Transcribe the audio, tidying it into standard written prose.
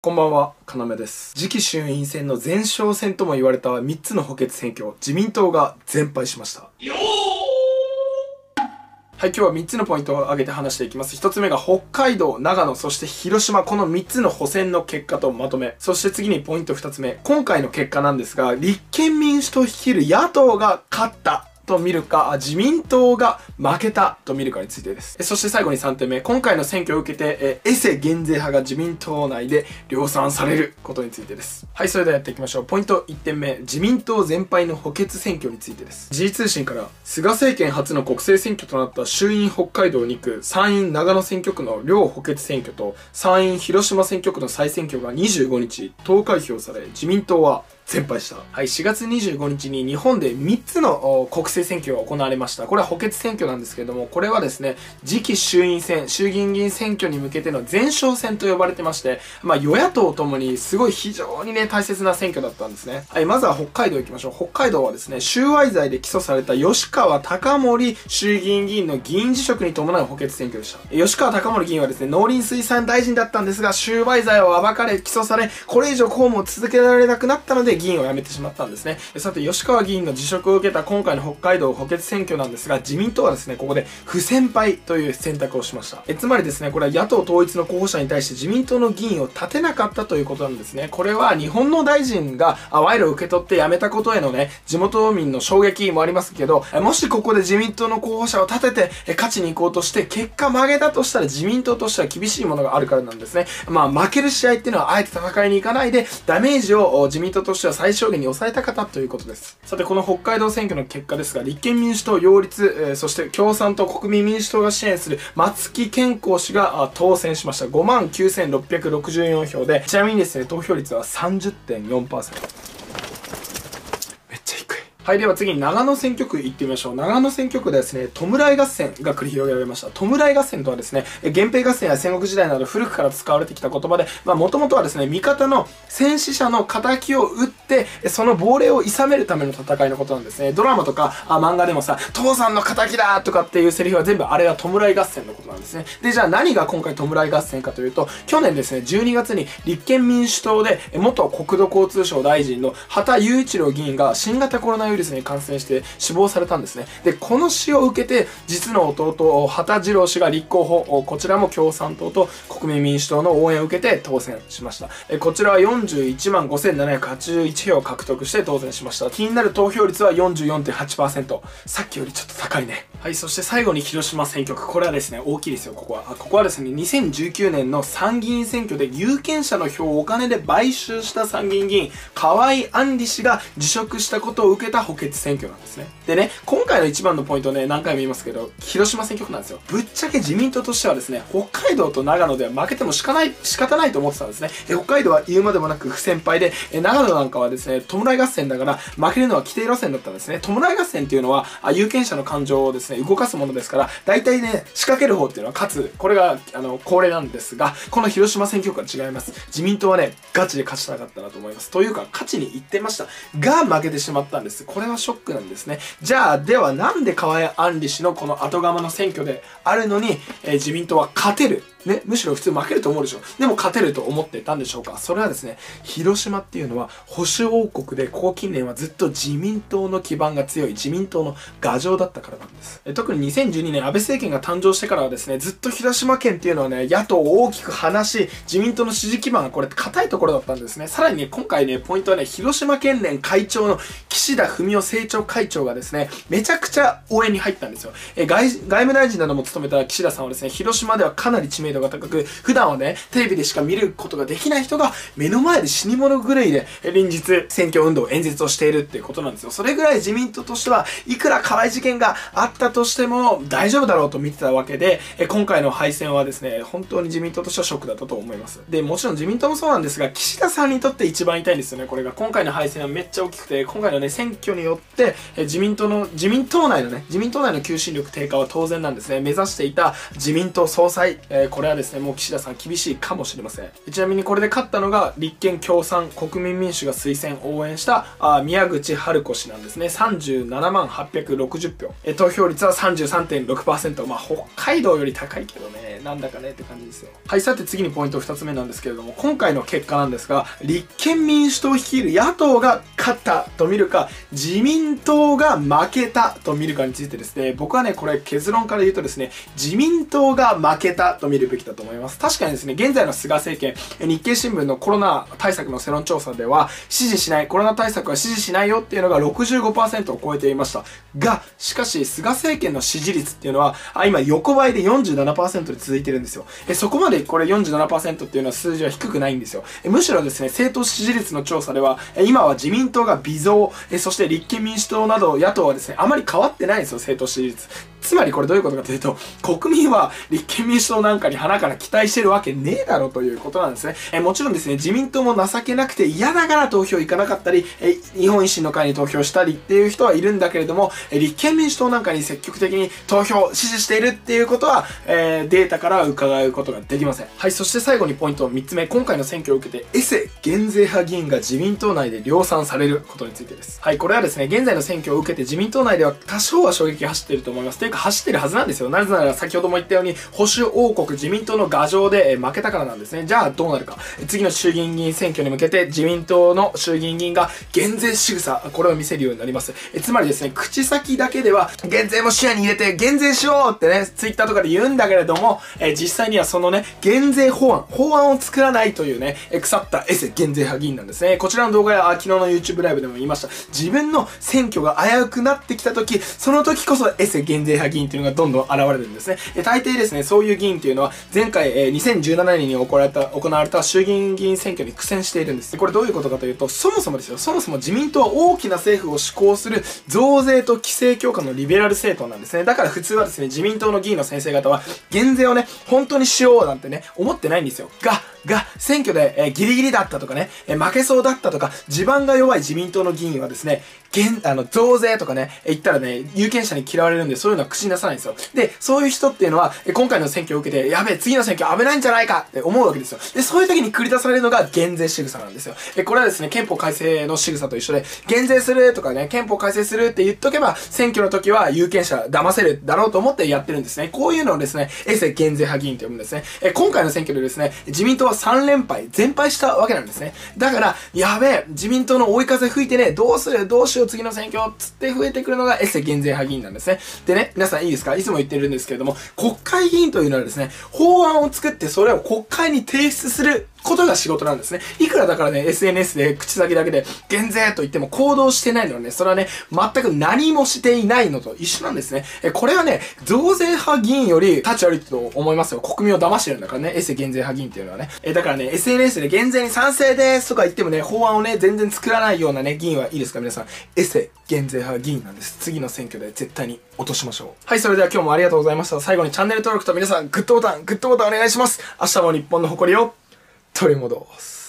こんばんは、かなめです。次期衆院選の前哨戦とも言われた3つの補欠選挙、自民党が全敗しました。はい、今日は3つのポイントを挙げて話していきます。1つ目が北海道、長野、そして広島、この3つの補選の結果とまとめ。そして次にポイント2つ目。今回の結果なんですが、立憲民主党率いる野党が勝ったと見るか、自民党が負けたと見るかについてです。そして最後に3点目。今回の選挙を受けて、エセ減税派が自民党内で量産されることについてです。はい、それではやっていきましょう。ポイント1点目。自民党全敗の補欠選挙についてです。時事通信から、菅政権初の国政選挙となった衆院北海道2区、参院長野選挙区の両補欠選挙と、参院広島選挙区の再選挙が25日、投開票され、自民党は全敗した。はい、4月25日に日本で3つの国政選挙が行われました。これは補欠選挙なんですけれども、これはですね、次期衆院選、衆議院議員選挙に向けての前哨戦と呼ばれてまして、与野党ともにすごい非常にね、大切な選挙だったんですね。はい、まずは北海道行きましょう。北海道はですね、収賄罪で起訴された吉川貴盛衆議院議員の議員辞職に伴う補欠選挙でした。吉川貴盛議員はですね、農林水産大臣だったんですが、収賄罪を暴かれ、起訴され、これ以上公務を続けられなくなったので、議員を辞めてしまったんですね。さて、吉川議員の辞職を受けた今回の北海道補欠選挙なんですが、自民党はですね、ここで不戦敗という選択をしました。つまりですね、これは野党統一の候補者に対して自民党の議員を立てなかったということなんですね。これは日本の大臣が賄賂を受け取って辞めたことへのね、地元民の衝撃もありますけど、もしここで自民党の候補者を立てて勝ちに行こうとして、結果負けたとしたら自民党としては厳しいものがあるからなんですね。負ける試合っていうのはあえて戦いに行かないで、ダメージを自民党としては最小限に抑えたかったということです。さて、この北海道選挙の結果ですが、立憲民主党擁立、そして共産党国民民主党が支援する松木健康氏が当選しました。59,664票で、ちなみにですね、投票率は 30.4%。はい、では次に長野選挙区行ってみましょう。長野選挙区でですね、弔い合戦が繰り広げられました。弔い合戦とはですね、源平合戦や戦国時代など古くから使われてきた言葉で、もともとはですね、味方の戦死者の仇を撃って、その亡霊を諌めるための戦いのことなんですね。ドラマとか漫画でもさ、父さんの仇だとかっていうセリフは全部あれは弔い合戦のことなんですね。で、じゃあ何が今回弔い合戦かというと、去年ですね、12月に立憲民主党で元国土交通省大臣の畑雄一郎議員が新型コロナウイルスに感染して死亡されたんですね。で、この死を受けて、実の弟、畑次郎氏が立候補、こちらも共産党と国民民主党の応援を受けて当選しました。こちらは41万5781票を獲得して当選しました。気になる投票率は 44.8%。さっきよりちょっと高いね。はい、そして最後に広島選挙区。これはですね、大きいですよ、ここは。ここはですね、2019年の参議院選挙で有権者の票をお金で買収した参議院議員、河合案里氏が辞職したことを受けた補欠選挙なんですね。でね、今回の一番のポイントね、何回も言いますけど、広島選挙区なんですよ。ぶっちゃけ自民党としてはですね、北海道と長野では負けても仕方ないと思ってたんですね。北海道は言うまでもなく不戦敗で、長野なんかはですね、弔い合戦だから負けるのは規定路線だったんですね。弔い合戦っていうのは、有権者の感情をですね、動かすものですから、大体ね、仕掛ける方っていうのは勝つ。これが、恒例なんですが、この広島選挙区は違います。自民党はね、ガチで勝ちたかったなと思います。というか、勝ちに行ってました。が、負けてしまったんです。これはショックなんですね。じゃあ、ではなんで河合案里氏のこの後釜の選挙であるのに、自民党は勝てる。ね、むしろ普通負けると思うでしょ。でも勝てると思ってたんでしょうか。それはですね、広島っていうのは保守王国で、ここ近年はずっと自民党の基盤が強い自民党の牙城だったからなんです。特に2012年安倍政権が誕生してからはですね、ずっと広島県っていうのはね、野党を大きく離し、自民党の支持基盤がこれ硬いところだったんですね。さらにね、今回ね、ポイントはね、広島県連会長の岸田文雄政調会長がですね、めちゃくちゃ応援に入ったんですよ。外務大臣なども務めた岸田さんはですね、広島ではかなり知名度が高く、普段はね、テレビでしか見ることができない人が目の前で死に物狂いで連日選挙運動、演説をしているっていうことなんですよ。それぐらい自民党としてはいくら河合事件があったとしても大丈夫だろうと見てたわけで、今回の敗戦はですね、本当に自民党としてはショックだったと思います。で、もちろん自民党もそうなんですが、岸田さんにとって一番痛いんですよね、これが。今回の敗戦はめっちゃ大きくて、今回のね、選挙によって、自民党内の求心力低下は当然なんですね。目指していた自民党総裁、これはですね、もう岸田さん厳しいかもしれません。ちなみにこれで勝ったのが立憲共産国民民主が推薦応援した宮口春子氏なんですね。37万860票。投票率は 33.6%。北海道より高いけどね、 なんだかねって感じですよ。はい、さて次にポイント2つ目なんですけれども、今回の結果なんですが、立憲民主党率いる野党が勝ったと見るか、自民党が負けたと見るかについてですね、僕はね、これ結論から言うとですね、自民党が負けたと見るべきだと思います。確かにですね、現在の菅政権、日経新聞のコロナ対策の世論調査では、支持しない、コロナ対策は支持しないよっていうのが 65% を超えていました。が、しかし、菅政権の支持率っていうのは、今横ばいで 47% で続いてるんですよ。そこまでこれ 47% っていうのは数字は低くないんですよ。むしろですね、政党支持率の調査では、今は自民党が微増、そして立憲民主党など野党はですね、あまり変わってないんですよ、政党支持率。つまりこれどういうことかというと、国民は立憲民主党なんかに鼻から期待してるわけねえだろということなんですね。もちろんですね、自民党も情けなくて嫌だから投票行かなかったり、日本維新の会に投票したりっていう人はいるんだけれども、立憲民主党なんかに積極的に投票、支持しているっていうことは、データから伺うことができません。はい、そして最後にポイント3つ目、今回の選挙を受けて、エセ減税派議員が自民党内で量産されることについてです。はい、これはですね、現在の選挙を受けて自民党内では多少は衝撃が走っていると思います。というか走ってるはずなんですよ。なぜなら先ほども言ったように、保守王国自民党の牙城で負けたからなんですね。じゃあどうなるか。次の衆議院議員選挙に向けて自民党の衆議院議員が減税仕草、これを見せるようになります。つまりですね、口先だけでは減税も視野に入れて減税しようってね、ツイッターとかで言うんだけれども、実際にはそのね、減税法案を作らないというね、腐ったエセ減税派議員なんですね。こちらの動画や昨日の YouTube ライブでも言いました。自分の選挙が危うくなってきた時、その時こそエセ減税派議員っていうのがどんどん現れるんですね。大抵ですね、そういう議員っていうのは前回、2017年に行われた衆議院議員選挙に苦戦しているんです。これどういうことかというと、そもそもですよ、そもそも自民党は大きな政府を施行する増税と規制強化のリベラル政党なんですね。だから普通はですね、自民党の議員の先生方は減税をね、本当にしようなんてね、思ってないんですよ。が、選挙で、ギリギリだったとかね、負けそうだったとか、地盤が弱い自民党の議員はですね、増税とかね、言ったらね、有権者に嫌われるんで、そういうのは口に出さないんですよ。で、そういう人っていうのは、今回の選挙を受けて、やべえ、次の選挙危ないんじゃないかって思うわけですよ。で、そういう時に繰り出されるのが減税仕草なんですよ。これはですね、憲法改正の仕草と一緒で、減税するとかね、憲法改正するって言っとけば、選挙の時は有権者騙せるだろうと思ってやってるんですね。こういうのをですね、エセ減税派議員と呼ぶんですね。今回の選挙でですね、自民党は3連敗、全敗したわけなんですね。だから、やべえ、自民党の追い風吹いてね、どうしよう次の選挙、つって増えてくるのがエセ減税派議員なんですね。でね、皆さんいいですか？いつも言ってるんですけれども、国会議員というのはですね、法案を作ってそれを国会に提出することが仕事なんですね。いくらだからね、SNS で口先だけで減税と言っても行動してないのはね、それはね、全く何もしていないのと一緒なんですね。これはね、増税派議員より立ち悪いと思いますよ。国民を騙してるんだからね、エセ減税派議員っていうのはね。だからね、SNS で減税に賛成ですとか言ってもね、法案をね、全然作らないようなね、議員はいいですか皆さん。エセ減税派議員なんです。次の選挙で絶対に落としましょう。はい、それでは今日もありがとうございました。最後にチャンネル登録と皆さんグッドボタンお願いします。明日も日本の誇りを取り戻す。